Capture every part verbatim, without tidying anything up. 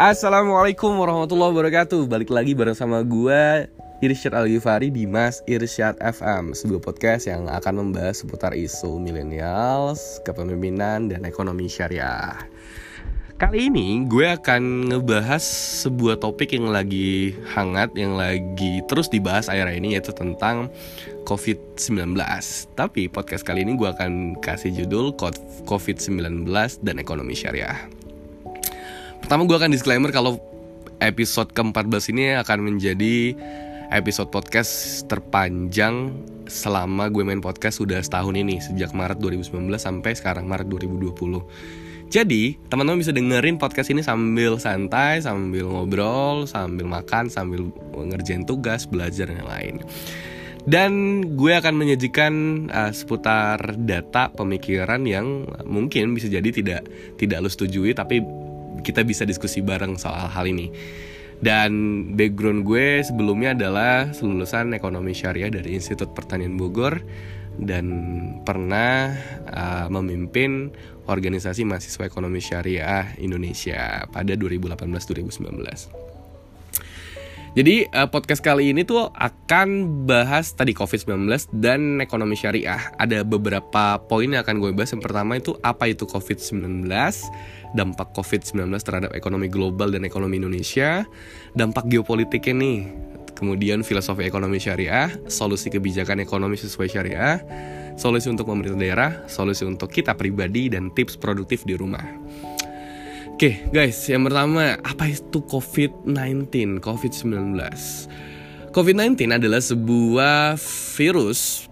Assalamualaikum warahmatullahi wabarakatuh. Balik lagi bareng sama gue Irsyad Al-Ghifari di Mas Irsyad F M, sebuah podcast yang akan membahas seputar isu millennials, kepemimpinan, dan ekonomi syariah. Kali ini gue akan ngebahas sebuah topik yang lagi hangat, yang lagi terus dibahas akhir ini, yaitu tentang covid sembilan belas. Tapi podcast kali ini gue akan kasih judul covid sembilan belas dan ekonomi syariah. Pertama gue akan disclaimer kalau episode ke empat belas ini akan menjadi episode podcast terpanjang selama gue main podcast sudah setahun ini, sejak Maret dua ribu sembilan belas sampai sekarang Maret dua ribu dua puluh. Jadi teman-teman bisa dengerin podcast ini sambil santai, sambil ngobrol, sambil makan, sambil ngerjain tugas, belajar, dan lain. Dan gue akan menyajikan uh, seputar data pemikiran yang mungkin bisa jadi tidak tidak lo setujui, tapi kita bisa diskusi bareng soal hal ini. Dan background gue sebelumnya adalah lulusan ekonomi syariah dari Institut Pertanian Bogor, dan pernah uh, memimpin organisasi mahasiswa ekonomi syariah Indonesia pada dua ribu delapan belas sampai dua ribu sembilan belas. Jadi uh, podcast kali ini tuh akan bahas tadi covid sembilan belas dan ekonomi syariah. Ada beberapa poin yang akan gue bahas. Yang pertama itu apa itu covid sembilan belas, dampak covid sembilan belas terhadap ekonomi global dan ekonomi Indonesia, dampak geopolitiknya nih, kemudian filosofi ekonomi syariah, solusi kebijakan ekonomi sesuai syariah, solusi untuk pemerintah daerah, solusi untuk kita pribadi, dan tips produktif di rumah. Oke guys, yang pertama, apa itu covid sembilan belas? covid sembilan belas covid sembilan belas adalah sebuah virus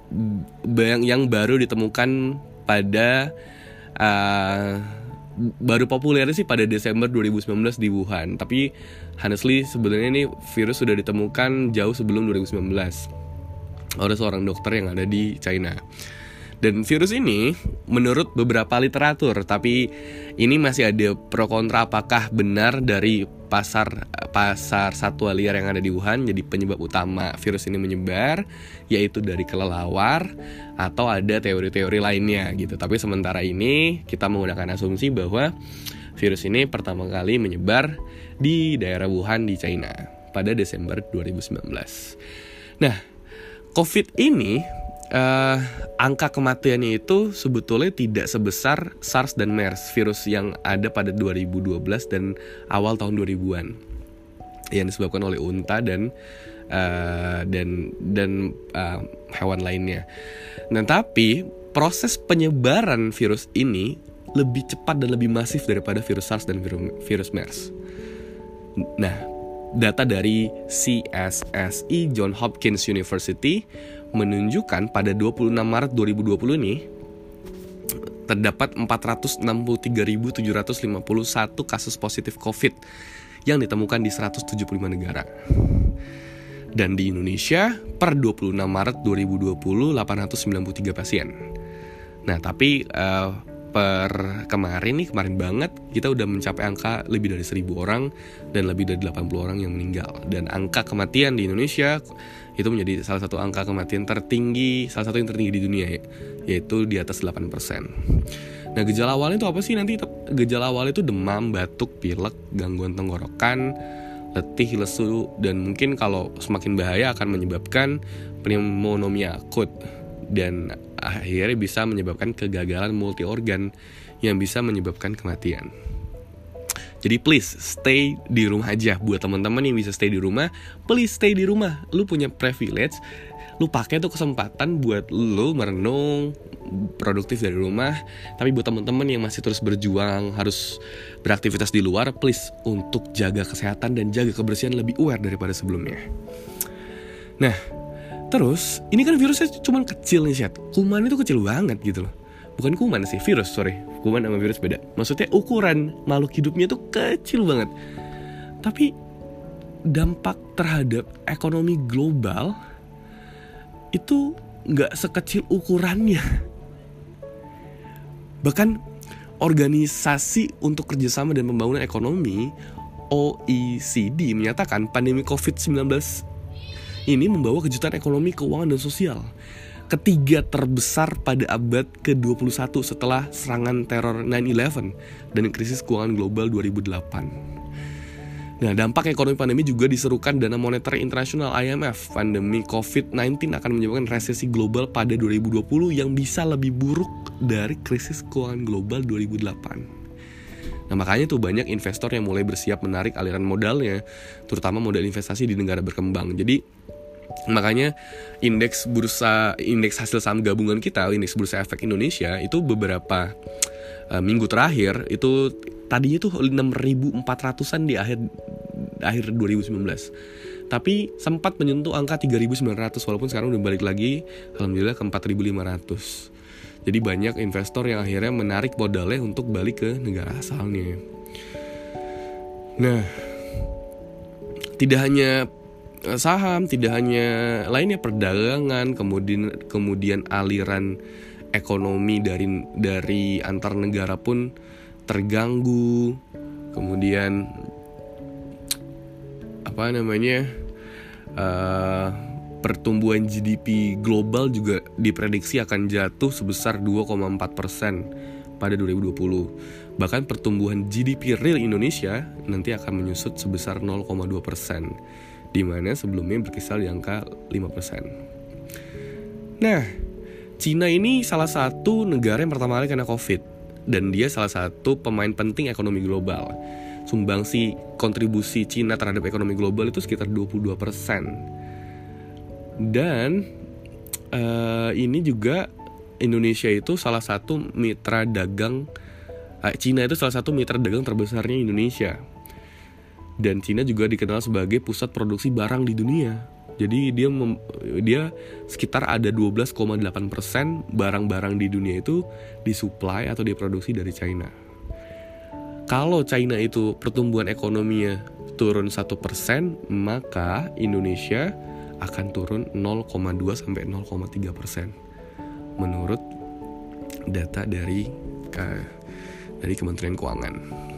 yang baru ditemukan pada uh, baru populer sih pada Desember dua ribu sembilan belas di Wuhan. Tapi honestly sebenarnya ini virus sudah ditemukan jauh sebelum dua ribu sembilan belas oleh seorang dokter yang ada di China. Dan virus ini menurut beberapa literatur, tapi ini masih ada pro kontra apakah benar dari pasar pasar satwa liar yang ada di Wuhan jadi penyebab utama virus ini menyebar, yaitu dari kelelawar, atau ada teori-teori lainnya gitu. Tapi sementara ini kita menggunakan asumsi bahwa virus ini pertama kali menyebar di daerah Wuhan di China pada Desember dua ribu sembilan belas. Nah, COVID ini Uh, angka kematiannya itu sebetulnya tidak sebesar SARS dan MERS, virus yang ada pada dua ribu dua belas dan awal tahun dua ribuan, yang disebabkan oleh unta dan uh, dan dan uh, hewan lainnya. Nah, tapi proses penyebaran virus ini lebih cepat dan lebih masif daripada virus SARS dan virus, virus MERS. Nah, data dari C S S I Johns Hopkins University menunjukkan pada dua puluh enam Maret dua ribu dua puluh ini terdapat empat ratus enam puluh tiga ribu tujuh ratus lima puluh satu kasus positif COVID yang ditemukan di seratus tujuh puluh lima negara. Dan di Indonesia per dua puluh enam Maret dua ribu dua puluh delapan ratus sembilan puluh tiga pasien. Nah, tapi uh, per kemarin nih, kemarin banget kita udah mencapai angka lebih dari seribu orang dan lebih dari delapan puluh orang yang meninggal. Dan angka kematian di Indonesia itu menjadi salah satu angka kematian tertinggi, salah satu yang tertinggi di dunia, ya, yaitu di atas delapan persen. Nah, gejala awalnya itu apa sih? Nanti gejala awalnya itu demam, batuk, pilek, gangguan tenggorokan, letih, lesu, dan mungkin kalau semakin bahaya akan menyebabkan pneumonia akut, dan akhirnya bisa menyebabkan kegagalan multi organ yang bisa menyebabkan kematian. Jadi please stay di rumah aja. Buat teman-teman yang bisa stay di rumah, please stay di rumah. Lu punya privilege, lu pakai tuh kesempatan buat lu merenung, produktif dari rumah. Tapi buat teman-teman yang masih terus berjuang, harus beraktivitas di luar, please untuk jaga kesehatan dan jaga kebersihan, lebih aware daripada sebelumnya. Nah, terus ini kan virusnya cuma kecil nih, Syed. Kuman itu kecil banget gitu loh. Bukan kuman sih, virus, sorry. Kuman sama virus beda. Maksudnya ukuran makhluk hidupnya tuh kecil banget. Tapi dampak terhadap ekonomi global itu gak sekecil ukurannya. Bahkan Organisasi untuk Kerjasama dan Pembangunan Ekonomi O E C D menyatakan pandemi covid sembilan belas ini membawa kejutan ekonomi, keuangan, dan sosial ketiga terbesar pada abad ke dua puluh satu setelah serangan teror nine eleven dan krisis keuangan global dua ribu delapan. Nah, dampak ekonomi pandemi juga diserukan Dana Moneter Internasional I M F. Pandemi covid sembilan belas akan menyebabkan resesi global pada dua ribu dua puluh yang bisa lebih buruk dari krisis keuangan global dua ribu delapan. Nah, makanya tuh banyak investor yang mulai bersiap menarik aliran modalnya, terutama modal investasi di negara berkembang. Jadi makanya indeks bursa indeks hasil saham gabungan kita, indeks bursa efek Indonesia itu beberapa uh, minggu terakhir itu tadinya tuh enam ribu empat ratusan di akhir akhir dua ribu sembilan belas. Tapi sempat menyentuh angka tiga ribu sembilan ratus walaupun sekarang udah balik lagi alhamdulillah ke empat ribu lima ratus. Jadi banyak investor yang akhirnya menarik modalnya untuk balik ke negara asalnya. Nah, tidak hanya saham, tidak hanya lainnya perdagangan, kemudian kemudian aliran ekonomi dari dari antar negara pun terganggu. Kemudian apa namanya uh, pertumbuhan G D P global juga diprediksi akan jatuh sebesar dua koma empat persen pada dua ribu dua puluh. Bahkan pertumbuhan G D P real Indonesia nanti akan menyusut sebesar nol koma dua persen, di mana sebelumnya berkisar di angka lima persen. Nah, Cina ini salah satu negara yang pertama kali kena Covid, dan dia salah satu pemain penting ekonomi global. Sumbangsi kontribusi Cina terhadap ekonomi global itu sekitar dua puluh dua persen. Dan uh, ini juga Indonesia itu salah satu mitra dagang uh, Cina itu salah satu mitra dagang terbesarnya Indonesia. Dan Cina juga dikenal sebagai pusat produksi barang di dunia. Jadi dia mem, dia sekitar ada dua belas koma delapan persen barang-barang di dunia itu disuplai atau diproduksi dari China. Kalau China itu pertumbuhan ekonominya turun satu persen, maka Indonesia akan turun nol koma dua sampai nol koma tiga persen menurut data dari dari Kementerian Keuangan.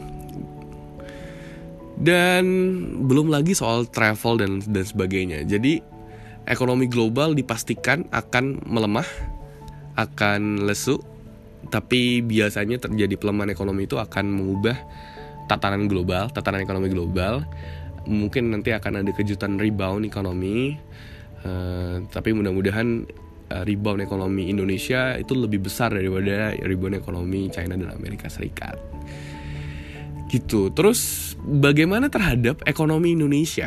Dan belum lagi soal travel dan dan sebagainya. Jadi ekonomi global dipastikan akan melemah, akan lesu. Tapi biasanya terjadi pelemahan ekonomi itu akan mengubah tatanan global, tatanan ekonomi global. Mungkin nanti akan ada kejutan rebound ekonomi. Uh, tapi mudah-mudahan uh, rebound ekonomi Indonesia itu lebih besar daripada rebound ekonomi China dan Amerika Serikat. Gitu. Terus bagaimana terhadap ekonomi Indonesia?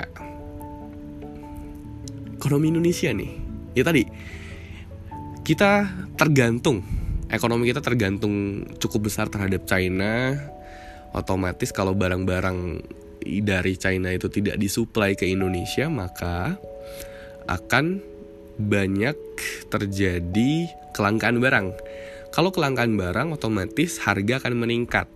Ekonomi Indonesia nih, ya tadi kita tergantung, ekonomi kita tergantung cukup besar terhadap China. Otomatis kalau barang-barang dari China itu tidak disuplai ke Indonesia, maka akan banyak terjadi kelangkaan barang. Kalau kelangkaan barang, otomatis harga akan meningkat.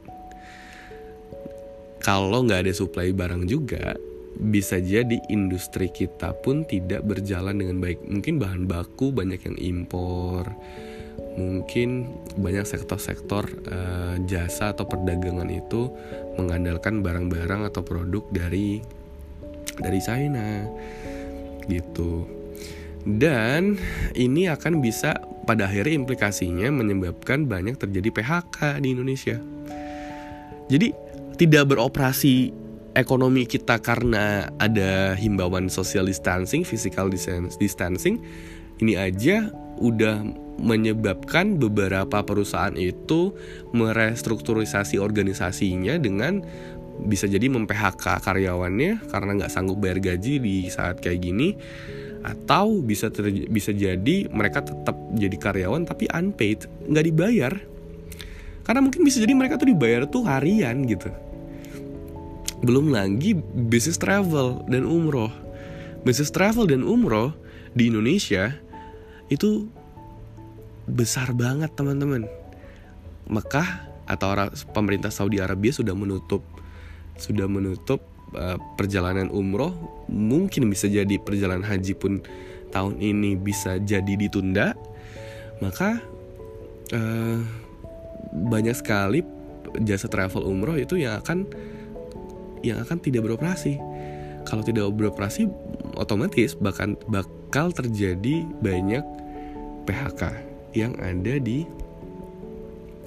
Kalau nggak ada suplai barang juga, bisa jadi industri kita pun tidak berjalan dengan baik. Mungkin bahan baku banyak yang impor, mungkin banyak sektor-sektor uh, jasa atau perdagangan itu mengandalkan barang-barang atau produk dari dari China, gitu. Dan ini akan bisa pada akhirnya implikasinya menyebabkan banyak terjadi P H K di Indonesia. Jadi tidak beroperasi ekonomi kita karena ada himbauan social distancing, physical distancing, ini aja udah menyebabkan beberapa perusahaan itu merestrukturisasi organisasinya dengan bisa jadi mem-P H K karyawannya karena nggak sanggup bayar gaji di saat kayak gini, atau bisa ter- bisa jadi mereka tetap jadi karyawan tapi unpaid, nggak dibayar. Karena mungkin bisa jadi mereka tuh dibayar tuh harian gitu. Belum lagi bisnis travel dan umroh. Bisnis travel dan umroh di Indonesia itu besar banget, teman-teman. Mekah atau pemerintah Saudi Arabia sudah menutup sudah menutup uh, perjalanan umroh. Mungkin bisa jadi perjalanan haji pun tahun ini bisa jadi ditunda. Maka uh, banyak sekali jasa travel umroh itu yang akan yang akan tidak beroperasi. Kalau tidak beroperasi, otomatis bahkan bakal terjadi banyak P H K yang ada di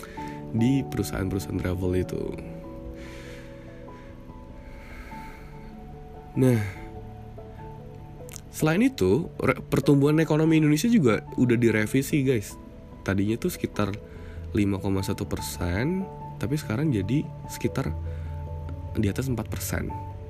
di perusahaan-perusahaan travel itu. Nah, selain itu pertumbuhan ekonomi Indonesia juga udah direvisi guys. Tadinya tuh sekitar lima koma satu persen, tapi sekarang jadi sekitar di atas empat persen.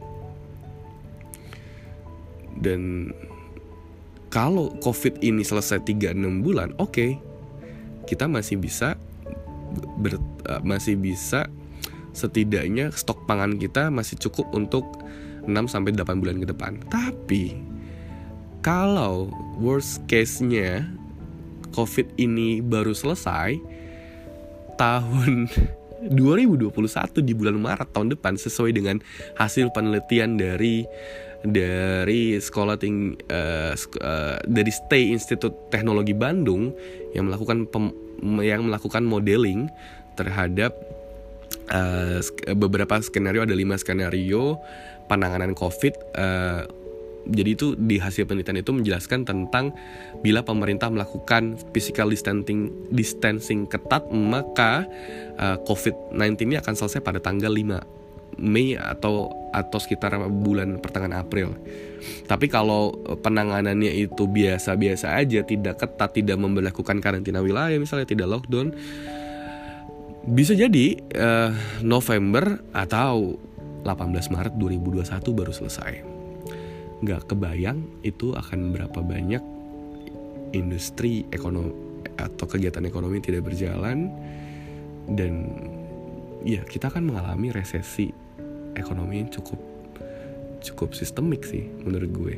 Dan kalau COVID ini selesai tiga sampai enam bulan, oke, okay, kita masih bisa ber, uh, masih bisa setidaknya stok pangan kita masih cukup untuk enam sampai delapan bulan ke depan. Tapi kalau worst case-nya COVID ini baru selesai tahun dua ribu dua puluh satu di bulan Maret tahun depan, sesuai dengan hasil penelitian dari dari sekolah ting uh, uh, dari Stay Institute Teknologi Bandung yang melakukan pem, yang melakukan modeling terhadap uh, beberapa skenario, ada lima skenario penanganan COVID. Uh, jadi itu di hasil penelitian itu menjelaskan tentang bila pemerintah melakukan physical distancing distancing ketat, maka uh, COVID sembilan belas ini akan selesai pada tanggal lima Mei atau atau sekitar bulan pertengahan April. Tapi kalau penanganannya itu biasa-biasa aja, tidak ketat, tidak memberlakukan karantina wilayah, misalnya tidak lockdown, bisa jadi uh, November atau delapan belas Maret dua ribu dua puluh satu baru selesai. Gak kebayang itu akan berapa banyak industri ekonomi atau kegiatan ekonomi tidak berjalan, dan ya kita akan mengalami resesi ekonomi yang cukup cukup sistemik sih menurut gue.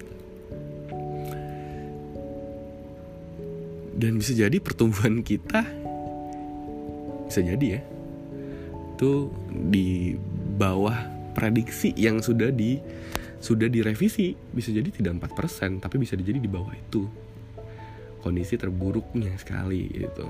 Dan bisa jadi pertumbuhan kita bisa jadi ya itu di bawah prediksi yang sudah di sudah direvisi. Bisa jadi tidak empat persen, tapi bisa jadi di bawah itu. Kondisi terburuknya sekali gitu.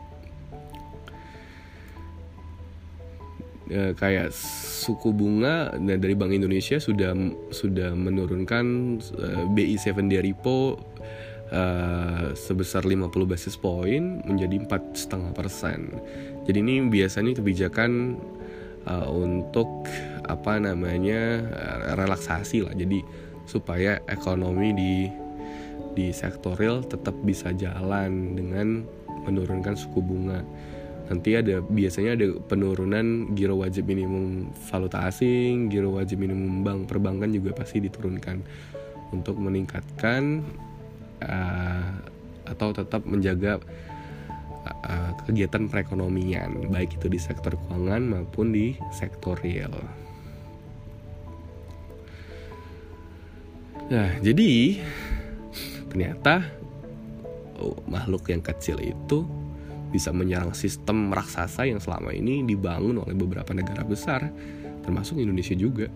E, kayak suku bunga dari Bank Indonesia sudah sudah menurunkan e, B I tujuh day repo e, sebesar lima puluh basis point menjadi empat koma lima persen. Jadi ini biasanya kebijakan e, untuk apa namanya relaksasi lah. Jadi supaya ekonomi di di sektor real tetap bisa jalan dengan menurunkan suku bunga. Nanti ada biasanya ada penurunan giro wajib minimum valuta asing, giro wajib minimum bank perbankan juga pasti diturunkan untuk meningkatkan uh, atau tetap menjaga uh, kegiatan perekonomian, baik itu di sektor keuangan maupun di sektor real. Nah, jadi ternyata oh, makhluk yang kecil itu bisa menyerang sistem raksasa yang selama ini dibangun oleh beberapa negara besar, termasuk Indonesia juga.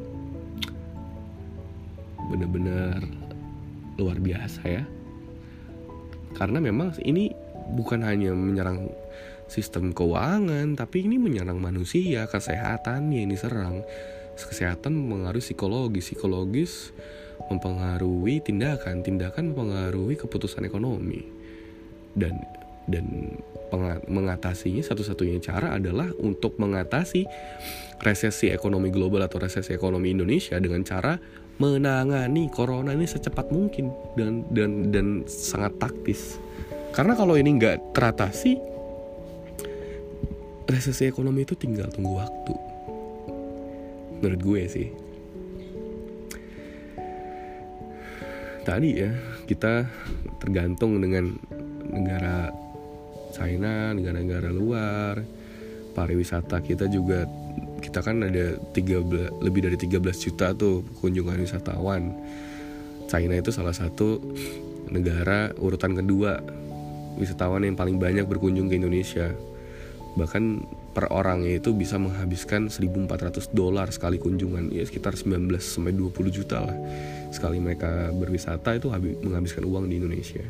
Benar-benar luar biasa ya. Karena memang ini bukan hanya menyerang sistem keuangan, tapi ini menyerang manusia, kesehatannya ini serang. Kesehatan mempengaruhi psikologis, psikologis mempengaruhi tindakan, tindakan mempengaruhi keputusan ekonomi. Dan dan mengatasinya satu-satunya cara adalah untuk mengatasi resesi ekonomi global atau resesi ekonomi Indonesia dengan cara menangani corona ini secepat mungkin dan dan dan sangat taktis. Karena kalau ini nggak teratasi, resesi ekonomi itu tinggal tunggu waktu. Menurut gue sih. Tadi ya kita tergantung dengan negara China, negara-negara luar. Pariwisata kita juga, kita kan ada tiga belas, lebih dari tiga belas juta tuh kunjungan wisatawan. China itu salah satu negara urutan kedua wisatawan yang paling banyak berkunjung ke Indonesia. Bahkan per orangnya itu bisa menghabiskan seribu empat ratus dolar sekali kunjungan, ya sekitar sembilan belas sampai dua puluh juta lah sekali mereka berwisata itu habis, menghabiskan uang di Indonesia.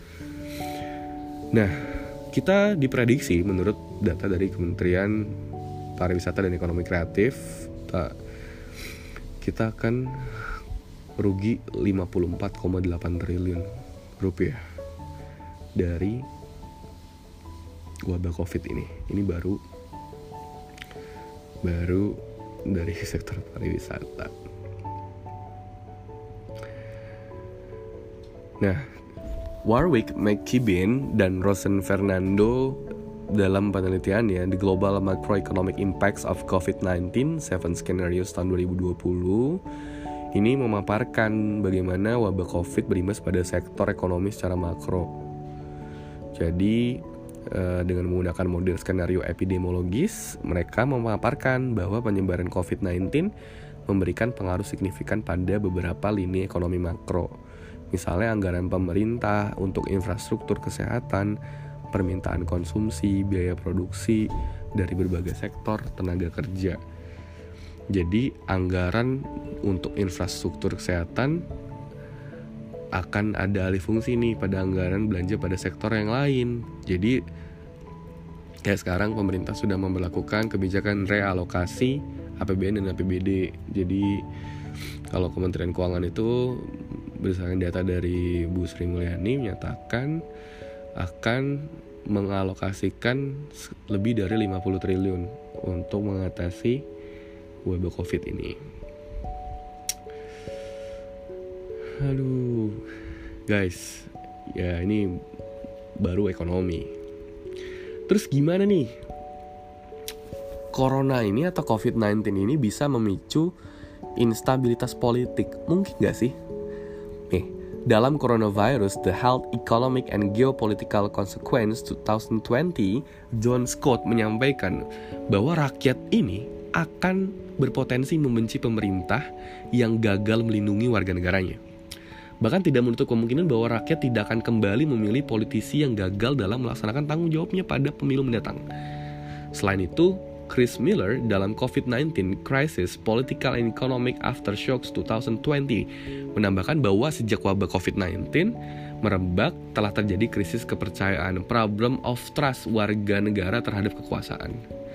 Nah, kita diprediksi menurut data dari Kementerian Pariwisata dan Ekonomi Kreatif, kita akan rugi lima puluh empat koma delapan triliun rupiah dari wabah COVID ini. Ini baru baru dari sektor pariwisata. Nah, Warwick McKibben dan Rosen Fernando dalam penelitiannya The Global Macroeconomic Impacts of covid sembilan belas Seven Scenarios tahun dua ribu dua puluh ini memaparkan bagaimana wabah COVID berimbas pada sektor ekonomi secara makro. Jadi dengan menggunakan model skenario epidemiologis, mereka memaparkan bahwa penyebaran covid sembilan belas memberikan pengaruh signifikan pada beberapa lini ekonomi makro. Misalnya anggaran pemerintah untuk infrastruktur kesehatan, permintaan konsumsi, biaya produksi dari berbagai sektor tenaga kerja. Jadi anggaran untuk infrastruktur kesehatan akan ada alih fungsi nih pada anggaran belanja pada sektor yang lain. Jadi kayak sekarang pemerintah sudah memberlakukan kebijakan realokasi A P B N dan A P B D. Jadi kalau Kementerian Keuangan itu berdasarkan data dari Bu Sri Mulyani menyatakan akan mengalokasikan lebih dari lima puluh triliun untuk mengatasi wabah COVID ini. Aduh, guys, ya ini baru ekonomi. Terus gimana nih? Corona ini atau covid sembilan belas ini bisa memicu instabilitas politik. Mungkin gak sih? Nih, dalam Coronavirus, The Health, Economic, and Geopolitical Consequence twenty twenty, John Scott menyampaikan bahwa rakyat ini akan berpotensi membenci pemerintah yang gagal melindungi warga negaranya. Bahkan tidak menutup kemungkinan bahwa rakyat tidak akan kembali memilih politisi yang gagal dalam melaksanakan tanggung jawabnya pada pemilu mendatang. Selain itu, Chris Miller dalam covid sembilan belas Crisis, Political and Economic Aftershocks twenty twenty menambahkan bahwa sejak wabah covid sembilan belas merebak telah terjadi krisis kepercayaan, problem of trust warga negara terhadap kekuasaan.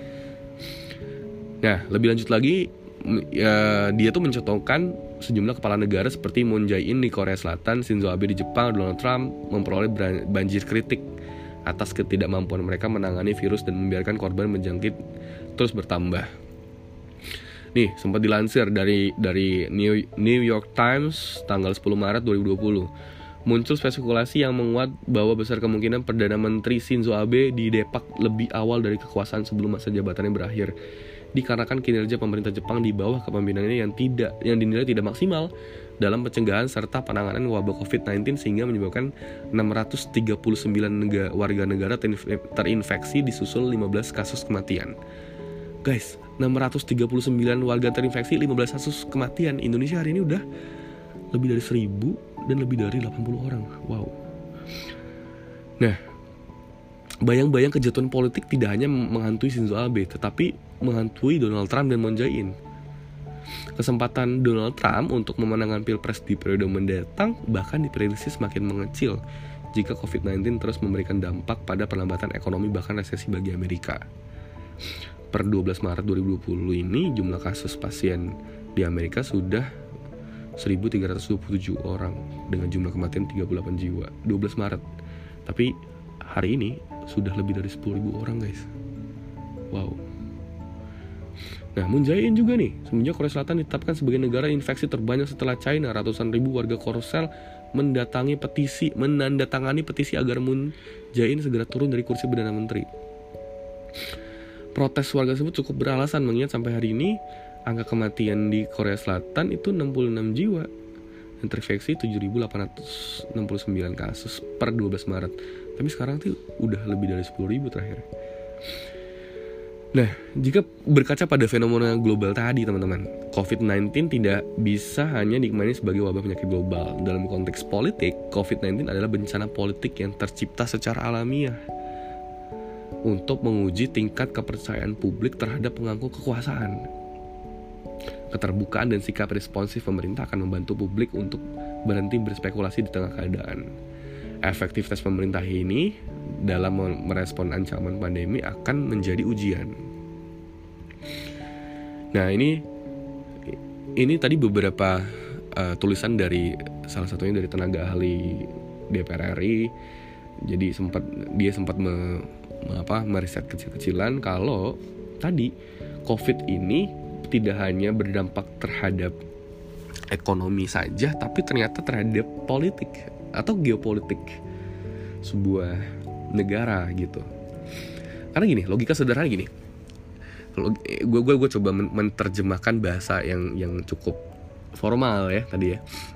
Nah, lebih lanjut lagi, ya, dia tuh mencontohkan sejumlah kepala negara seperti Moon Jae-in di Korea Selatan, Shinzo Abe di Jepang, Donald Trump memperoleh banjir kritik atas ketidakmampuan mereka menangani virus dan membiarkan korban menjangkit terus bertambah. Nih, sempat dilansir dari dari New, New York Times tanggal sepuluh Maret dua ribu dua puluh. Muncul spekulasi yang menguat bahwa besar kemungkinan Perdana Menteri Shinzo Abe didepak lebih awal dari kekuasaan sebelum masa jabatannya berakhir, dikarenakan kinerja pemerintah Jepang di bawah kepemimpinannya yang tidak yang dinilai tidak maksimal dalam pencegahan serta penanganan wabah covid sembilan belas sehingga menyebabkan enam ratus tiga puluh sembilan negara, warga negara terinfeksi disusul lima belas kasus kematian. Guys, enam ratus tiga puluh sembilan warga terinfeksi, lima belas kasus kematian. Indonesia hari ini udah lebih dari seribu dan lebih dari delapan puluh orang. Wow. Nah, bayang-bayang kejatuhan politik tidak hanya menghantui Shinzo Abe, tetapi menghantui Donald Trump dan Moon Jae-in. Kesempatan Donald Trump untuk memenangkan pilpres di periode mendatang bahkan diprediksi semakin mengecil jika covid sembilan belas terus memberikan dampak pada perlambatan ekonomi bahkan resesi bagi Amerika. Per dua belas Maret dua ribu dua puluh ini jumlah kasus pasien di Amerika sudah seribu tiga ratus dua puluh tujuh orang dengan jumlah kematian tiga puluh delapan jiwa. dua belas Maret. Tapi hari ini sudah lebih dari sepuluh ribu orang, guys. Wow. Nah, Moon Jae-in juga nih, semenjak Korea Selatan ditetapkan sebagai negara infeksi terbanyak setelah China, ratusan ribu warga Korsel mendatangi petisi, menandatangani petisi agar Moon Jae-in segera turun dari kursi Perdana Menteri. Protes warga tersebut cukup beralasan mengingat sampai hari ini angka kematian di Korea Selatan itu enam puluh enam jiwa dan terinfeksi tujuh ribu delapan ratus enam puluh sembilan kasus per dua belas Maret. Tapi sekarang tuh udah lebih dari sepuluh ribu terakhir. Nah, jika berkaca pada fenomena global tadi, teman-teman, covid sembilan belas tidak bisa hanya dimaknai sebagai wabah penyakit global. Dalam konteks politik, covid sembilan belas adalah bencana politik yang tercipta secara alamiah untuk menguji tingkat kepercayaan publik terhadap pemangku kekuasaan. Keterbukaan dan sikap responsif pemerintah akan membantu publik untuk berhenti berspekulasi di tengah keadaan. Efektivitas pemerintah ini dalam merespon ancaman pandemi akan menjadi ujian. Nah, ini ini tadi beberapa uh, tulisan dari salah satunya dari tenaga ahli D P R R I. Jadi sempat dia sempat me, me, apa, meriset kecil-kecilan kalau tadi COVID ini tidak hanya berdampak terhadap ekonomi saja, tapi ternyata terhadap politik. atau geopolitik sebuah negara gitu. Karena gini, logika sederhana gini. Gue gue gue coba menerjemahkan bahasa yang yang cukup formal ya tadi ya.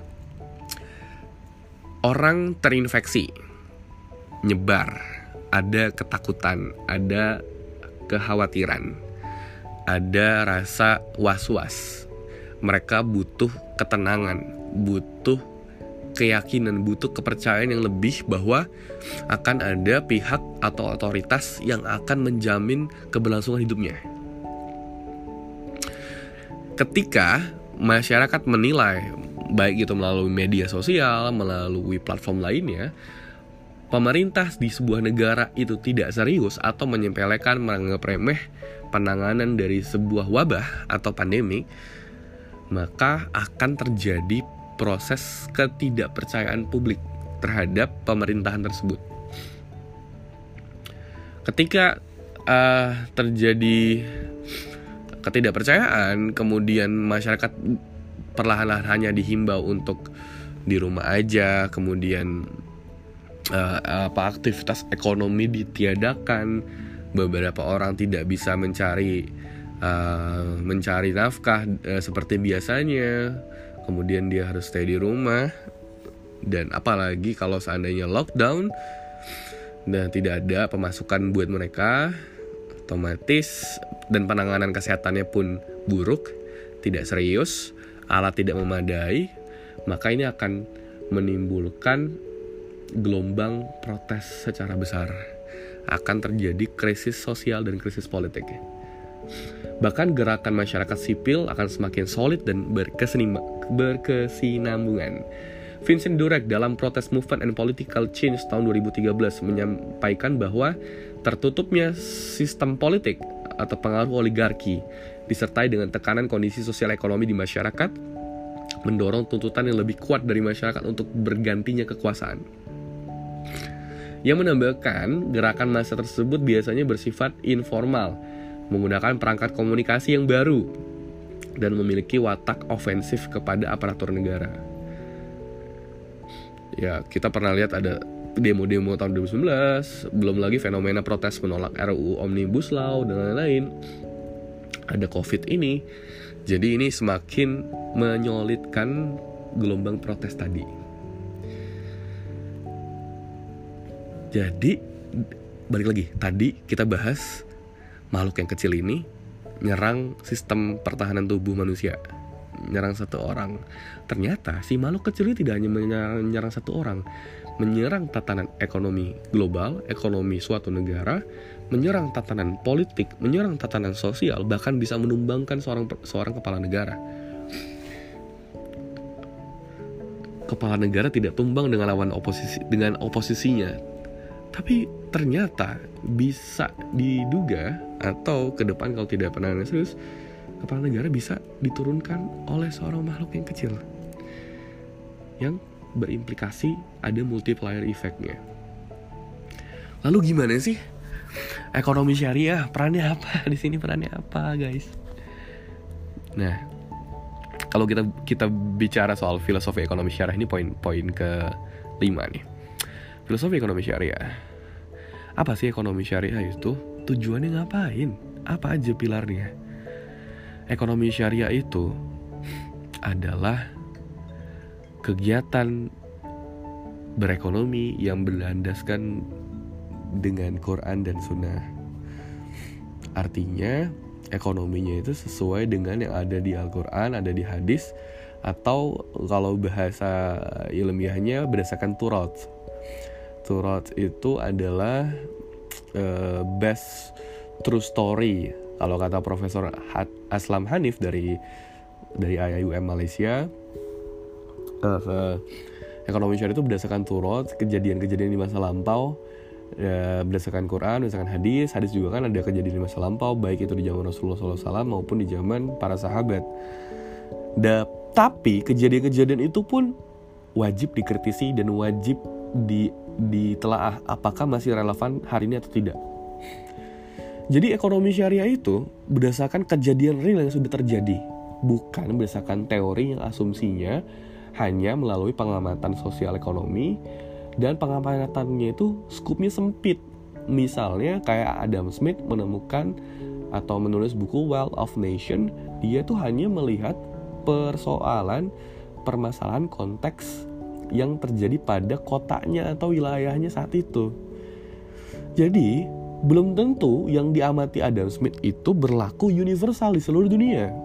Orang terinfeksi, nyebar, ada ketakutan, ada kekhawatiran, ada rasa was-was. Mereka butuh ketenangan, butuh keyakinan, butuh kepercayaan yang lebih bahwa akan ada pihak atau otoritas yang akan menjamin keberlangsungan hidupnya. Ketika masyarakat menilai, baik itu melalui media sosial, melalui platform lainnya, pemerintah di sebuah negara itu tidak serius atau menyepelekan, menganggap remeh penanganan dari sebuah wabah atau pandemi, maka akan terjadi proses ketidakpercayaan publik terhadap pemerintahan tersebut. Ketika uh, terjadi ketidakpercayaan, kemudian masyarakat perlahan-lahan hanya dihimbau untuk di rumah aja, kemudian uh, apa aktivitas ekonomi ditiadakan, beberapa orang tidak bisa mencari uh, mencari nafkah uh, seperti biasanya. Kemudian dia harus stay di rumah. Dan apalagi kalau seandainya lockdown dan tidak ada pemasukan buat mereka, otomatis dan penanganan kesehatannya pun buruk, tidak serius, alat tidak memadai, maka ini akan menimbulkan gelombang protes secara besar. Akan terjadi krisis sosial dan krisis politik. Bahkan gerakan masyarakat sipil akan semakin solid dan berkesinambungan. Vincent Durack dalam Protest Movement and Political Change tahun dua ribu tiga belas menyampaikan bahwa tertutupnya sistem politik atau pengaruh oligarki disertai dengan tekanan kondisi sosial ekonomi di masyarakat mendorong tuntutan yang lebih kuat dari masyarakat untuk bergantinya kekuasaan. Yang menambahkan, gerakan massa tersebut biasanya bersifat informal, menggunakan perangkat komunikasi yang baru, dan memiliki watak ofensif kepada aparatur negara. Ya, kita pernah lihat ada demo-demo tahun dua ribu sembilan belas, belum lagi fenomena protes menolak R U U Omnibus Law dan lain-lain. Ada COVID ini, jadi ini semakin menyolidkan gelombang protes tadi. Jadi, balik lagi, tadi kita bahas makhluk yang kecil ini nyerang sistem pertahanan tubuh manusia, menyerang satu orang. Ternyata si makhluk kecil ini tidak hanya menyerang, menyerang satu orang, menyerang tatanan ekonomi global, ekonomi suatu negara, menyerang tatanan politik, menyerang tatanan sosial, bahkan bisa menumbangkan seorang seorang kepala negara. Kepala negara tidak tumbang dengan lawan oposisi dengan oposisinya. Tapi ternyata bisa diduga atau ke depan kalau tidak penanganan serius, kepala negara bisa diturunkan oleh seorang makhluk yang kecil yang berimplikasi ada multiplier effect-nya. Lalu gimana sih ekonomi syariah? Perannya apa di sini? Perannya apa, guys? Nah, kalau kita kita bicara soal filosofi ekonomi syariah, ini poin-poin ke lima nih. Filosofi ekonomi syariah. Apa sih ekonomi syariah itu? Tujuannya ngapain? Apa aja pilarnya? Ekonomi syariah itu adalah kegiatan berekonomi yang berlandaskan dengan Quran dan Sunnah. Artinya ekonominya itu sesuai dengan yang ada di Al-Quran, ada di hadis, atau kalau bahasa ilmiahnya berdasarkan Turat. Turat itu adalah uh, best true story. Kalau kata Profesor Aslam Hanif dari dari I I U M Malaysia, uh, uh, ekonomi syariah itu berdasarkan Turat, kejadian-kejadian di masa lampau, uh, berdasarkan Quran, berdasarkan hadis. Hadis juga kan ada kejadian di masa lampau, baik itu di zaman Rasulullah shallallahu alaihi wasallam maupun di zaman para sahabat. Da, tapi kejadian-kejadian itu pun wajib dikritisi dan wajib di ditelaah apakah masih relevan hari ini atau tidak. Jadi ekonomi syariah itu berdasarkan kejadian real yang sudah terjadi, bukan berdasarkan teori yang asumsinya hanya melalui pengamatan sosial ekonomi, dan pengamatannya itu skupnya sempit. Misalnya kayak Adam Smith menemukan atau menulis buku Wealth of Nation, dia tuh hanya melihat persoalan permasalahan konteks yang terjadi pada kotanya atau wilayahnya saat itu. Jadi belum tentu yang diamati Adam Smith itu berlaku universal di seluruh dunia.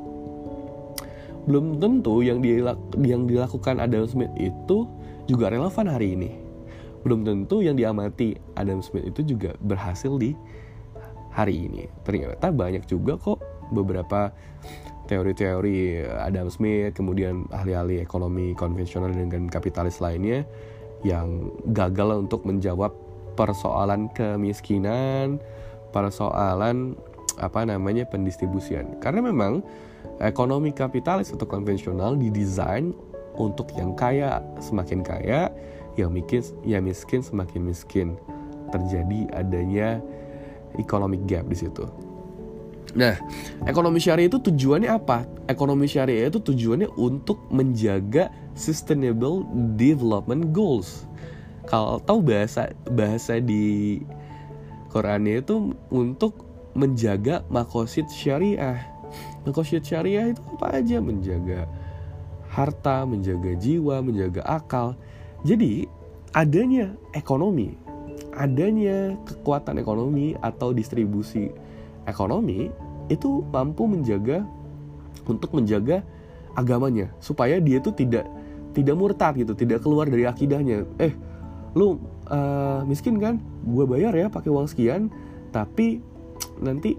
Belum tentu yang dilak- yang dilakukan Adam Smith itu juga relevan hari ini. Belum tentu yang diamati Adam Smith itu juga berhasil di hari ini. Ternyata banyak juga kok beberapa teori-teori Adam Smith, kemudian ahli-ahli ekonomi konvensional dan kapitalis lainnya yang gagal untuk menjawab persoalan kemiskinan, persoalan apa namanya pendistribusian. Karena memang ekonomi kapitalis atau konvensional didesain untuk yang kaya semakin kaya, yang miskin yang miskin semakin miskin. Terjadi adanya economic gap di situ. Nah, ekonomi syariah itu tujuannya apa? Ekonomi syariah itu tujuannya untuk menjaga sustainable development goals. Kalau tahu bahasa bahasa di Qurannya itu untuk menjaga maqasid syariah. Maqasid syariah itu apa aja? Menjaga harta, menjaga jiwa, menjaga akal. Jadi adanya ekonomi, adanya kekuatan ekonomi atau distribusi ekonomi itu mampu menjaga untuk menjaga agamanya supaya dia itu tidak tidak murtad gitu, tidak keluar dari akidahnya. Eh, lu uh, miskin kan? Gue bayar ya pakai uang sekian, tapi nanti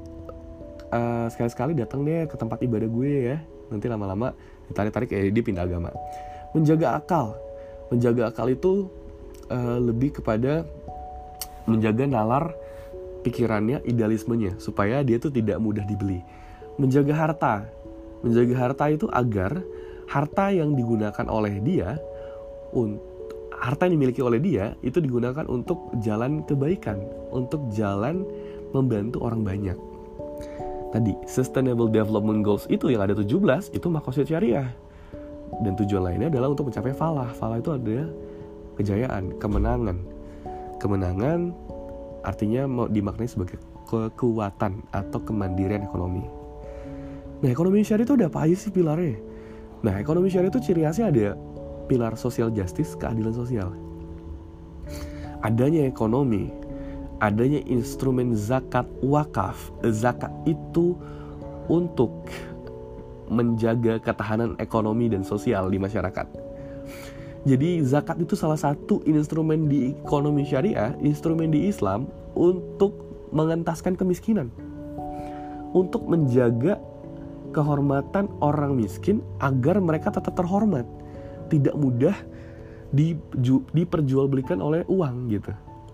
uh, sekali-sekali datang deh ke tempat ibadah gue ya. Nanti lama-lama ditarik-tarik eh dia pindah agama. Menjaga akal. Menjaga akal itu uh, lebih kepada menjaga nalar pikirannya, idealismenya, supaya dia tuh tidak mudah dibeli. Menjaga harta. Menjaga harta itu agar harta yang digunakan oleh dia, un- harta yang dimiliki oleh dia itu digunakan untuk jalan kebaikan, untuk jalan membantu orang banyak. Tadi, Sustainable Development Goals itu yang ada tujuh belas, itu maqasid syariah. Dan tujuan lainnya adalah untuk mencapai falah. Falah itu adalah kejayaan, kemenangan. Kemenangan artinya mau dimaknai sebagai kekuatan atau kemandirian ekonomi. Nah, ekonomi syariah itu ada apa aja sih pilarnya? Nah, ekonomi syariah itu ciri khasnya ada pilar social justice, keadilan sosial. Adanya ekonomi, adanya instrumen zakat wakaf. Zakat itu untuk menjaga ketahanan ekonomi dan sosial di masyarakat. Jadi zakat itu salah satu instrumen di ekonomi syariah, instrumen di Islam untuk mengentaskan kemiskinan, untuk menjaga kehormatan orang miskin agar mereka tetap terhormat, tidak mudah diju- diperjualbelikan oleh uang gitu.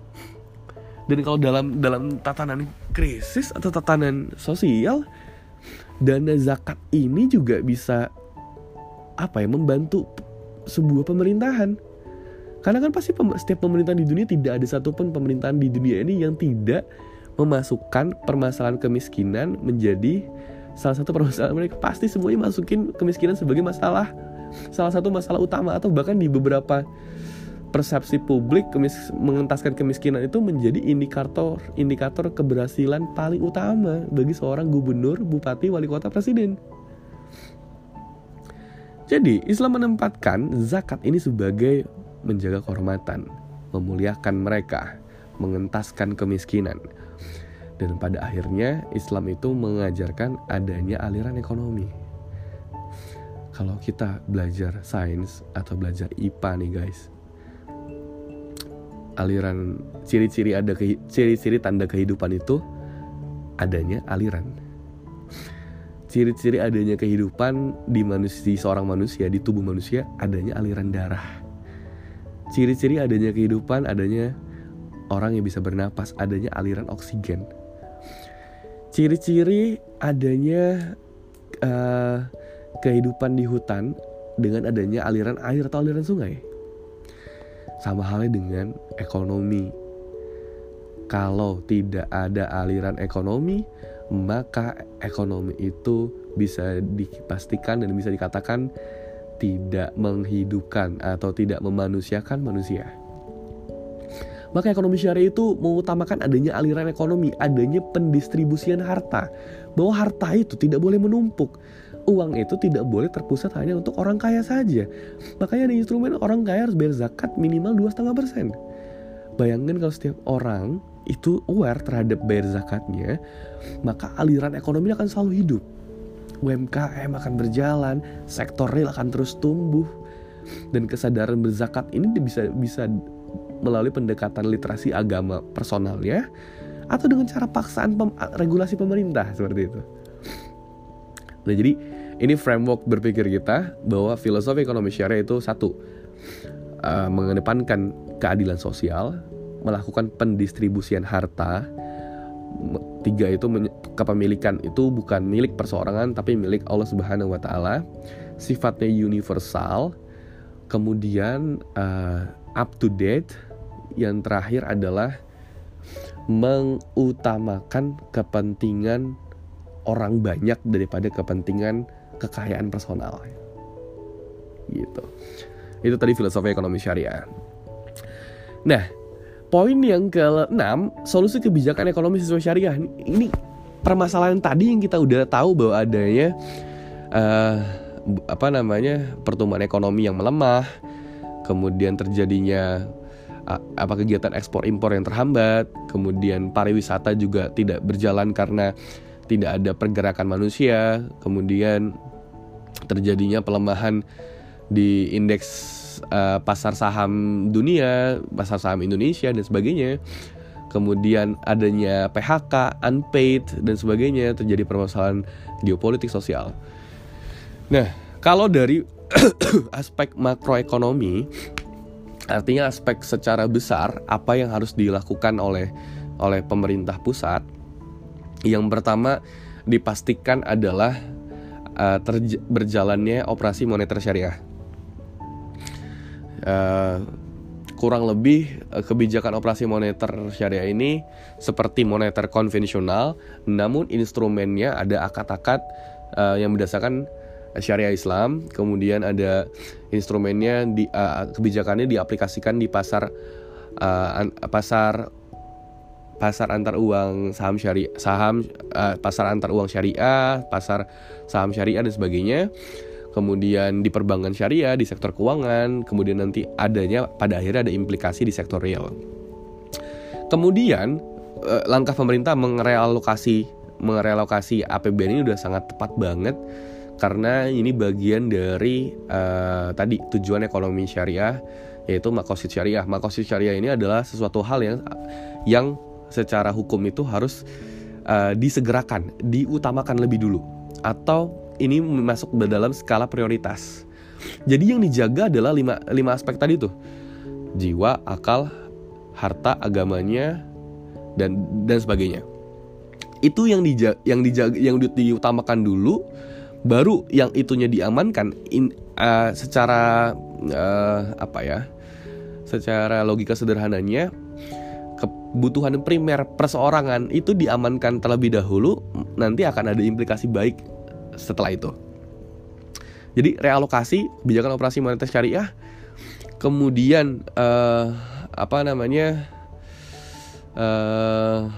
Dan kalau dalam dalam tatanan krisis atau tatanan sosial, dana zakat ini juga bisa apa ya membantu sebuah pemerintahan. Karena kan pasti pem- setiap pemerintahan di dunia, tidak ada satupun pemerintahan di dunia ini yang tidak memasukkan permasalahan kemiskinan menjadi salah satu permasalahan mereka. Pasti semuanya masukin kemiskinan sebagai masalah, salah satu masalah utama, atau bahkan di beberapa persepsi publik kemis- mengentaskan kemiskinan itu menjadi indikator indikator keberhasilan paling utama bagi seorang gubernur, bupati, wali kota, presiden. Jadi Islam menempatkan zakat ini sebagai menjaga kehormatan, memuliakan mereka, mengentaskan kemiskinan. Dan pada akhirnya Islam itu mengajarkan adanya aliran ekonomi. Kalau kita belajar sains atau belajar I P A nih guys, aliran ciri-ciri ada ke, ciri-ciri tanda kehidupan itu adanya aliran. Ciri-ciri adanya kehidupan di manusia, di seorang manusia, di tubuh manusia, adanya aliran darah. Ciri-ciri adanya kehidupan, adanya orang yang bisa bernapas, adanya aliran oksigen. Ciri-ciri adanya uh, kehidupan di hutan dengan adanya aliran air atau aliran sungai. Sama halnya dengan ekonomi. Kalau tidak ada aliran ekonomi, maka ekonomi itu bisa dipastikan dan bisa dikatakan tidak menghidupkan atau tidak memanusiakan manusia. Maka ekonomi syariah itu mengutamakan adanya aliran ekonomi, adanya pendistribusian harta. Bahwa harta itu tidak boleh menumpuk. Uang itu tidak boleh terpusat hanya untuk orang kaya saja. Makanya ada instrumen orang kaya harus bayar zakat minimal dua koma lima persen. Bayangkan kalau setiap orang itu aware terhadap bayar zakatnya, maka aliran ekonomi akan selalu hidup. U M K M akan berjalan, sektor real akan terus tumbuh. Dan kesadaran berzakat ini bisa bisa melalui pendekatan literasi agama personalnya atau dengan cara paksaan pem- regulasi pemerintah seperti itu. Nah, jadi ini framework berpikir kita bahwa filosofi ekonomi syariah itu satu, uh, mengedepankan keadilan sosial, melakukan pendistribusian harta. Tiga, itu men- kepemilikan itu bukan milik perseorangan tapi milik Allah Subhanahu wa taala. Sifatnya universal. Kemudian uh, up to date. Yang terakhir adalah mengutamakan kepentingan orang banyak daripada kepentingan kekayaan personal. Gitu. Itu tadi filosofi ekonomi syariah. Nah, poin yang keenam, solusi kebijakan ekonomi sesuai syariah. Ini permasalahan tadi yang kita udah tahu bahwa adanya uh, apa namanya pertumbuhan ekonomi yang melemah, kemudian terjadinya apa kegiatan ekspor impor yang terhambat, kemudian pariwisata juga tidak berjalan karena tidak ada pergerakan manusia, kemudian terjadinya pelemahan di indeks uh, pasar saham dunia, pasar saham Indonesia dan sebagainya. Kemudian adanya P H K, unpaid dan sebagainya, terjadi permasalahan geopolitik sosial. Nah, kalau dari aspek makroekonomi, artinya aspek secara besar apa yang harus dilakukan oleh oleh pemerintah pusat. Yang pertama dipastikan adalah uh, terj- berjalannya operasi moneter syariah. Uh, kurang lebih uh, kebijakan operasi moneter syariah ini seperti moneter konvensional, namun instrumennya ada akad-akad uh, yang berdasarkan syariah Islam, kemudian ada instrumennya di uh, kebijakannya diaplikasikan di pasar uh, an, pasar pasar antar uang saham syariah, saham uh, pasar antar uang syariah, pasar saham syariah dan sebagainya. Kemudian di perbankan syariah, di sektor keuangan, kemudian nanti adanya pada akhirnya ada implikasi di sektor real. Kemudian uh, langkah pemerintah mengerealokasi mengerealokasi A P B N ini udah sangat tepat banget. Karena ini bagian dari uh, tadi tujuan ekonomi syariah, yaitu maqasid syariah. Maqasid syariah ini adalah sesuatu hal yang yang secara hukum itu harus uh, disegerakan, diutamakan lebih dulu, atau ini masuk ke dalam skala prioritas. Jadi yang dijaga adalah lima, lima aspek tadi tuh: jiwa, akal, harta, agamanya, dan dan sebagainya. Itu yang dijaga, yang dijaga, yang diutamakan dulu. Baru yang itunya diamankan in, uh, secara uh, apa ya? Secara logika sederhananya, kebutuhan primer perseorangan itu diamankan terlebih dahulu, nanti akan ada implikasi baik setelah itu. Jadi realokasi kebijakan operasi moneter syariah, kemudian uh, apa namanya? Uh,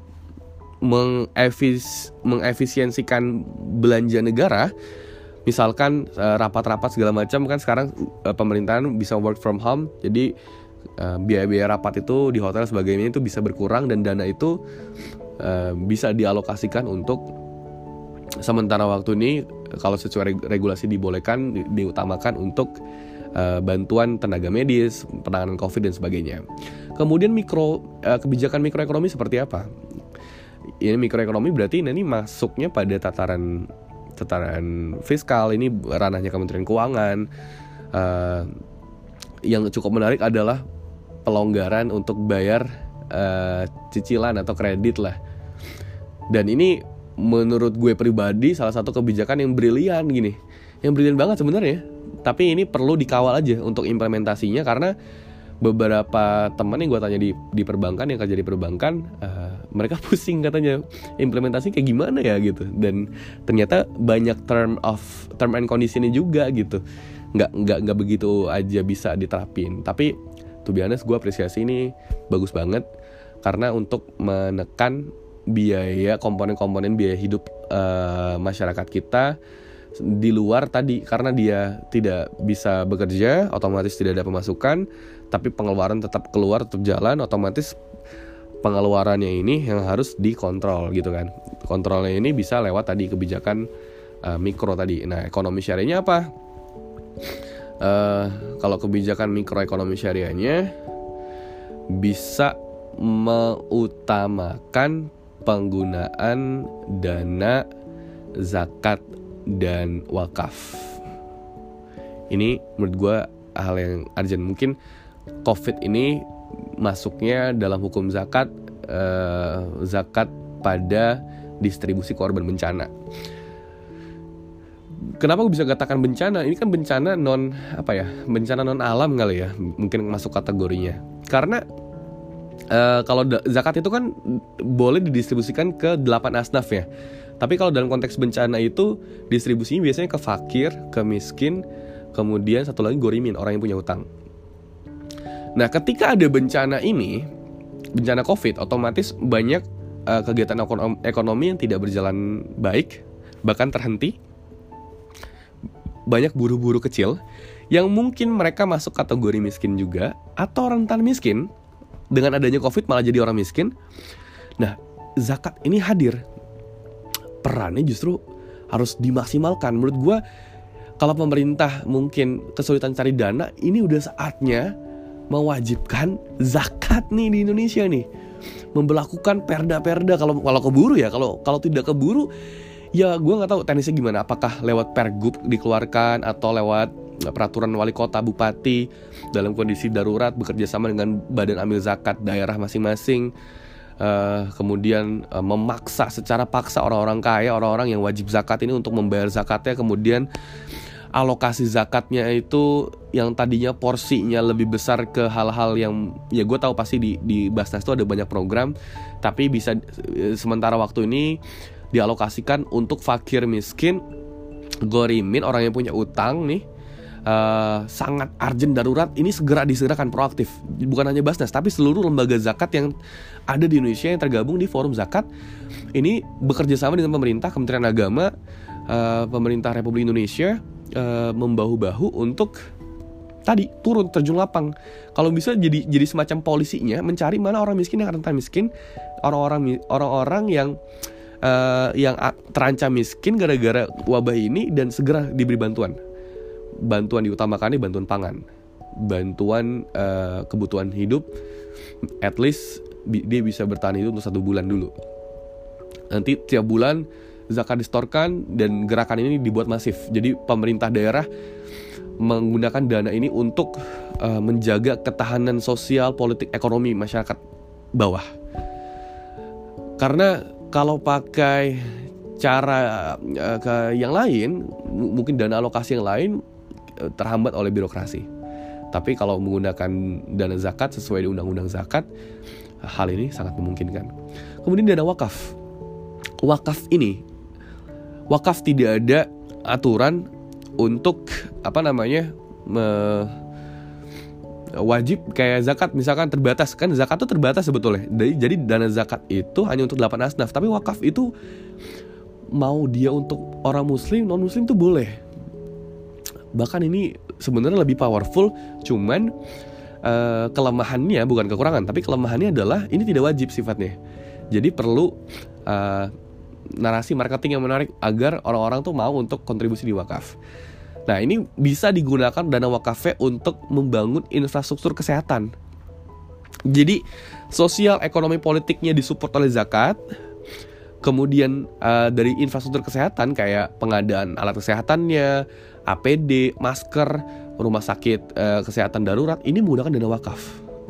Mengefis, mengefisiensikan belanja negara. Misalkan uh, rapat-rapat segala macam kan sekarang uh, pemerintahan bisa work from home. Jadi uh, biaya-biaya rapat itu di hotel sebagainya itu bisa berkurang, dan dana itu uh, bisa dialokasikan untuk sementara waktu ini, kalau sesuai regulasi dibolehkan, di, diutamakan untuk uh, bantuan tenaga medis, penanganan COVID dan sebagainya. Kemudian mikro uh, kebijakan mikroekonomi seperti apa? Ini mikroekonomi berarti ini masuknya pada tataran tataran fiskal, ini ranahnya Kementerian Keuangan. Uh, yang cukup menarik adalah pelonggaran untuk bayar uh, cicilan atau kredit lah. Dan ini menurut gue pribadi salah satu kebijakan yang brilian gini, yang brilian banget sebenarnya. Tapi ini perlu dikawal aja untuk implementasinya, karena beberapa teman yang gue tanya di di perbankan, yang kerja di perbankan, uh, mereka pusing katanya implementasi kayak gimana ya gitu. Dan ternyata banyak term of term and conditionnya juga gitu. nggak nggak nggak begitu aja bisa diterapin. Tapi to be honest, gue apresiasi ini bagus banget karena untuk menekan biaya komponen-komponen biaya hidup uh, masyarakat kita di luar tadi, karena dia tidak bisa bekerja, otomatis tidak ada pemasukan, tapi pengeluaran tetap keluar, tetap jalan, otomatis pengeluarannya ini yang harus dikontrol gitu kan. Kontrolnya ini bisa lewat tadi kebijakan uh, mikro tadi. Nah, ekonomi syariahnya apa? Uh, kalau kebijakan mikroekonomi syariahnya bisa mengutamakan penggunaan dana zakat dan wakaf. Ini menurut gue hal yang urgent. Mungkin COVID ini masuknya dalam hukum zakat, eh, zakat pada distribusi korban bencana. Kenapa gue bisa katakan bencana? Ini kan bencana non apa ya? Bencana non alam kali ya, mungkin masuk kategorinya. Karena Uh, kalau da- zakat itu kan boleh didistribusikan ke delapan asnaf ya. Tapi kalau dalam konteks bencana itu distribusinya biasanya ke fakir, ke miskin, kemudian satu lagi gorimin, orang yang punya hutang. Nah, ketika ada bencana ini, bencana COVID, otomatis banyak uh, kegiatan ekonom- ekonomi yang tidak berjalan baik, bahkan terhenti. Banyak buruh-buruh kecil yang mungkin mereka masuk kategori miskin juga, atau rentan miskin. Dengan adanya COVID malah jadi orang miskin. Nah, zakat ini hadir. Perannya justru harus dimaksimalkan. Menurut gue, kalau pemerintah mungkin kesulitan cari dana, ini udah saatnya mewajibkan zakat nih di Indonesia nih. Memberlakukan perda-perda kalau kalau keburu ya. Kalau kalau tidak keburu, ya gue nggak tahu teknisnya gimana. Apakah lewat pergub dikeluarkan atau lewat peraturan wali kota, bupati dalam kondisi darurat bekerja sama dengan badan amil zakat daerah masing-masing, uh, kemudian uh, memaksa secara paksa orang-orang kaya, orang-orang yang wajib zakat ini untuk membayar zakatnya, kemudian alokasi zakatnya itu yang tadinya porsinya lebih besar ke hal-hal yang ya gue tahu pasti di di Basnas itu ada banyak program, tapi bisa uh, sementara waktu ini dialokasikan untuk fakir miskin, gorimin, orang yang punya utang nih. Uh, sangat urgent darurat ini segera disegerakan proaktif. Bukan hanya Basnas tapi seluruh lembaga zakat yang ada di Indonesia yang tergabung di forum zakat ini bekerja sama dengan pemerintah, Kementerian Agama, uh, pemerintah Republik Indonesia, uh, membahu-bahu untuk tadi turun terjun lapang. Kalau bisa jadi jadi semacam polisinya mencari mana orang miskin yang rentan miskin, orang-orang orang-orang yang uh, yang terancam miskin gara-gara wabah ini dan segera diberi bantuan. Bantuan diutamakan ini bantuan pangan, bantuan uh, kebutuhan hidup, at least bi- dia bisa bertahan hidup untuk satu bulan dulu. Nanti tiap bulan zakat distorkan dan gerakan ini dibuat masif. Jadi pemerintah daerah menggunakan dana ini untuk uh, menjaga ketahanan sosial, politik, ekonomi masyarakat bawah. Karena kalau pakai cara uh, ke yang lain, m- mungkin dana alokasi yang lain terhambat oleh birokrasi. Tapi kalau menggunakan dana zakat sesuai di undang-undang zakat, hal ini sangat memungkinkan. Kemudian dana wakaf. Wakaf ini, wakaf tidak ada aturan untuk apa namanya me, wajib kayak zakat misalkan terbatas, kan zakat itu terbatas sebetulnya. Jadi dana zakat itu hanya untuk delapan asnaf, tapi wakaf itu mau dia untuk orang muslim, non muslim itu boleh. Bahkan ini sebenarnya lebih powerful, cuman uh, kelemahannya bukan kekurangan, tapi kelemahannya adalah ini tidak wajib sifatnya. Jadi perlu uh, narasi marketing yang menarik agar orang-orang tuh mau untuk kontribusi di wakaf. Nah, ini bisa digunakan dana wakafnya untuk membangun infrastruktur kesehatan. Jadi sosial ekonomi politiknya disupport oleh zakat. Kemudian uh, dari infrastruktur kesehatan kayak pengadaan alat kesehatannya, A P D, masker, rumah sakit uh, kesehatan darurat, ini menggunakan dana wakaf.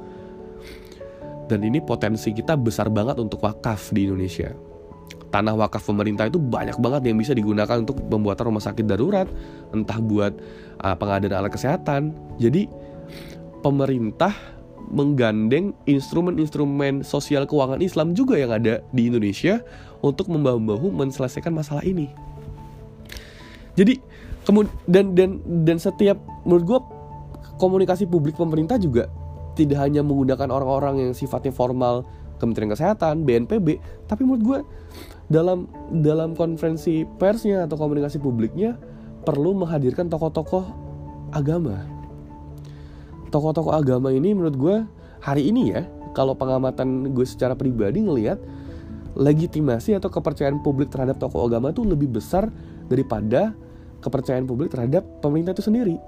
Dan ini potensi kita besar banget untuk wakaf di Indonesia. Tanah wakaf pemerintah itu banyak banget yang bisa digunakan untuk pembuatan rumah sakit darurat, entah buat uh, pengadaan alat kesehatan. Jadi pemerintah menggandeng instrumen-instrumen sosial keuangan Islam juga yang ada di Indonesia untuk membahu-bahu menyelesaikan masalah ini. Jadi Kemudian dan dan dan setiap menurut gue komunikasi publik pemerintah juga tidak hanya menggunakan orang-orang yang sifatnya formal, Kementerian Kesehatan, B N P B, tapi menurut gue dalam dalam konferensi persnya atau komunikasi publiknya perlu menghadirkan tokoh-tokoh agama. Tokoh-tokoh agama ini menurut gue hari ini ya, kalau pengamatan gue secara pribadi ngelihat legitimasi atau kepercayaan publik terhadap tokoh agama tuh lebih besar daripada kepercayaan publik terhadap pemerintah itu sendiri.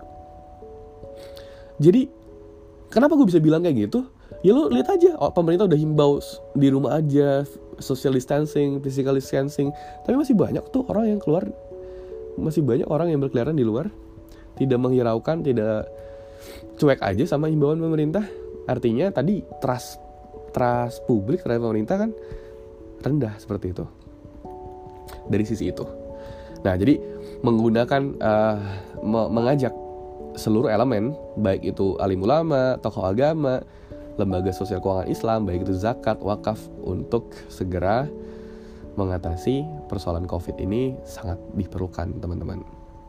Jadi kenapa gue bisa bilang kayak gitu? Ya lo lihat aja, oh, pemerintah udah himbau di rumah aja, social distancing, physical distancing, tapi masih banyak tuh orang yang keluar, masih banyak orang yang berkeliaran di luar, tidak menghiraukan, tidak cuek aja sama himbauan pemerintah. Artinya tadi trust trust publik terhadap pemerintah kan rendah seperti itu. Dari sisi itu. Nah, jadi menggunakan uh, mengajak seluruh elemen, baik itu alim ulama, tokoh agama, lembaga sosial keuangan Islam, baik itu zakat, wakaf, untuk segera mengatasi persoalan COVID ini sangat diperlukan, teman-teman.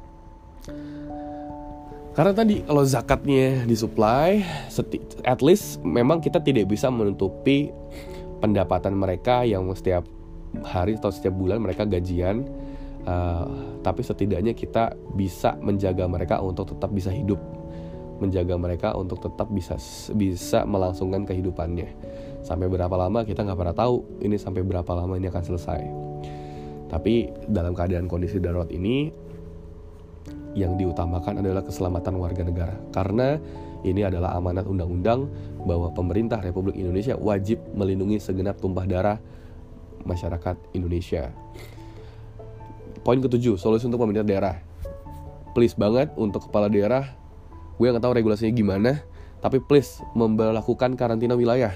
Karena tadi kalau zakatnya disuplai, at least memang kita tidak bisa menutupi pendapatan mereka yang setiap hari atau setiap bulan mereka gajian. Uh, tapi setidaknya kita bisa menjaga mereka untuk tetap bisa hidup, menjaga mereka untuk tetap bisa bisa melangsungkan kehidupannya. Sampai berapa lama kita nggak pernah tahu ini sampai berapa lama ini akan selesai. Tapi dalam keadaan kondisi darurat ini, yang diutamakan adalah keselamatan warga negara, karena ini adalah amanat undang-undang bahwa pemerintah Republik Indonesia wajib melindungi segenap tumpah darah masyarakat Indonesia. Poin ketujuh, solusi untuk pemerintah daerah. Please banget untuk kepala daerah, gue gak tahu regulasinya gimana, tapi please memberlakukan karantina wilayah.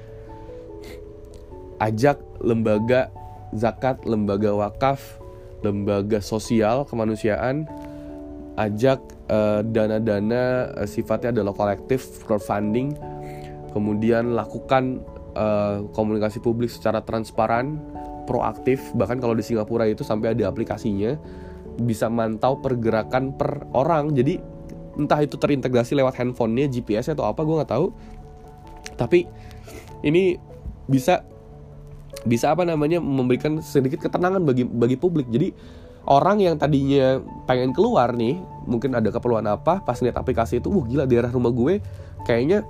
Ajak lembaga zakat, lembaga wakaf, lembaga sosial kemanusiaan, ajak uh, dana-dana uh, sifatnya adalah kolektif, crowdfunding, kemudian lakukan uh, komunikasi publik secara transparan, proaktif. Bahkan kalau di Singapura itu sampai ada aplikasinya, bisa mantau pergerakan per orang. Jadi entah itu terintegrasi lewat handphonenya, G P S atau apa, gue nggak tahu. Tapi ini bisa bisa apa namanya memberikan sedikit ketenangan bagi bagi publik. Jadi orang yang tadinya pengen keluar nih, mungkin ada keperluan apa, pas lihat aplikasi itu, wah gila daerah rumah gue kayaknya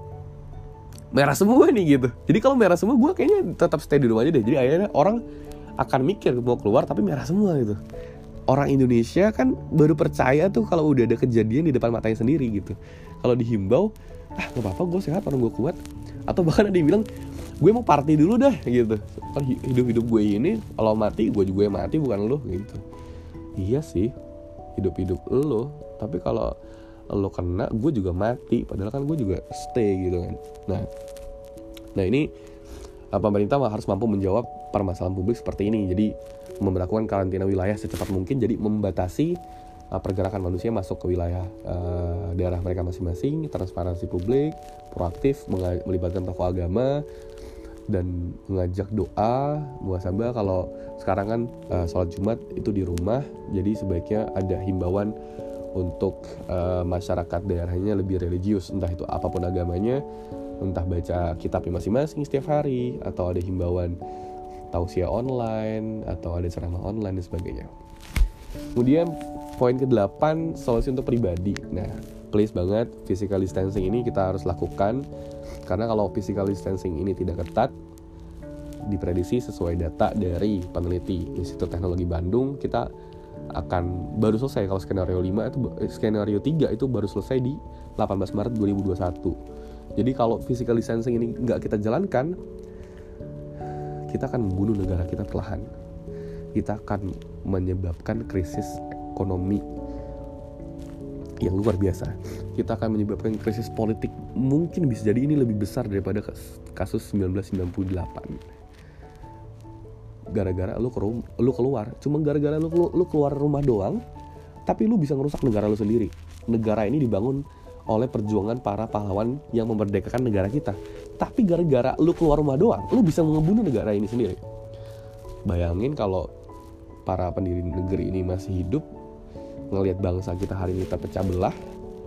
merah semua nih gitu. Jadi kalau merah semua, gue kayaknya tetap stay di rumah aja deh. Jadi akhirnya orang akan mikir mau keluar tapi merah semua gitu. Orang Indonesia kan baru percaya tuh kalau udah ada kejadian di depan matanya sendiri gitu. Kalau dihimbau, ah gak apa-apa, gue sehat, orang gue kuat. Atau bahkan ada yang bilang, gue mau party dulu dah gitu. Kan hidup-hidup gue ini, kalau mati gue juga yang mati, bukan lo gitu. Iya sih, hidup-hidup lo. Tapi kalau lo kena, gue juga mati. Padahal kan gue juga stay gitu kan. Nah, nah ini pemerintah harus mampu menjawab permasalahan publik seperti ini. Jadi memberlakukan karantina wilayah secepat mungkin. Jadi membatasi uh, pergerakan manusia masuk ke wilayah uh, daerah mereka masing-masing. Transparansi publik, proaktif, meng- melibatkan tokoh agama, dan mengajak doa, muhasabah. Kalau sekarang kan uh, sholat Jumat itu di rumah, jadi sebaiknya ada himbauan untuk uh, masyarakat daerahnya lebih religius, entah itu apapun agamanya, entah baca kitabnya masing-masing setiap hari, atau ada himbauan tausiah online, atau ada ceramah online dan sebagainya. Kemudian poin kedelapan, solusi untuk pribadi. Nah, please banget, physical distancing ini kita harus lakukan, karena kalau physical distancing ini tidak ketat, diprediksi sesuai data dari peneliti Institut Teknologi Bandung, kita akan baru selesai kalau skenario lima itu skenario tiga itu baru selesai di delapan belas Maret dua ribu dua puluh satu. Jadi kalau physical distancing ini nggak kita jalankan, kita akan membunuh negara kita perlahan. Kita akan menyebabkan krisis ekonomi yang luar biasa. Kita akan menyebabkan krisis politik, mungkin bisa jadi ini lebih besar daripada kasus seribu sembilan ratus sembilan puluh delapan. Gara-gara lu, kerum, lu keluar, cuma gara-gara lu, lu keluar rumah doang, tapi lu bisa ngerusak negara lu sendiri. Negara ini dibangun oleh perjuangan para pahlawan yang memerdekakan negara kita. Tapi gara-gara lu keluar rumah doang, lu bisa ngebunuh negara ini sendiri. Bayangin kalau para pendiri negeri ini masih hidup, ngelihat bangsa kita hari ini terpecah belah,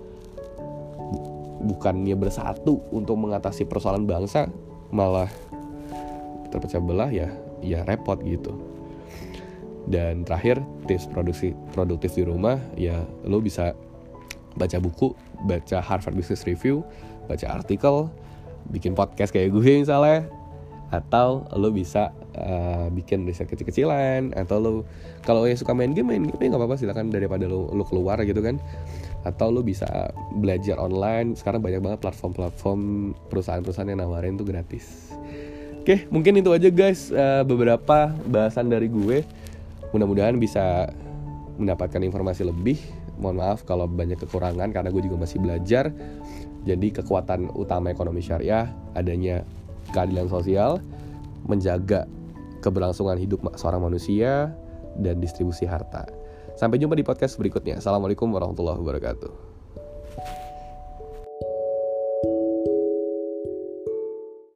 bukannya bersatu untuk mengatasi persoalan bangsa, malah terpecah belah, ya ya repot gitu. Dan terakhir, tips produksi produktif di rumah, ya lo bisa baca buku, baca Harvard Business Review, baca artikel, bikin podcast kayak gue misalnya, atau lo bisa uh, bikin riset kecil-kecilan, atau lo kalau yang suka main game, main game nggak apa-apa, silakan, daripada lo lo keluar gitu kan. Atau lo bisa belajar online. Sekarang banyak banget platform-platform perusahaan-perusahaan yang nawarin tuh gratis. Oke, mungkin itu aja guys, uh, beberapa bahasan dari gue. Mudah-mudahan bisa mendapatkan informasi lebih. Mohon maaf kalau banyak kekurangan, karena gue juga masih belajar. Jadi kekuatan utama ekonomi syariah adanya keadilan sosial, menjaga keberlangsungan hidup seorang manusia, dan distribusi harta. Sampai jumpa di podcast berikutnya. Assalamualaikum warahmatullahi wabarakatuh.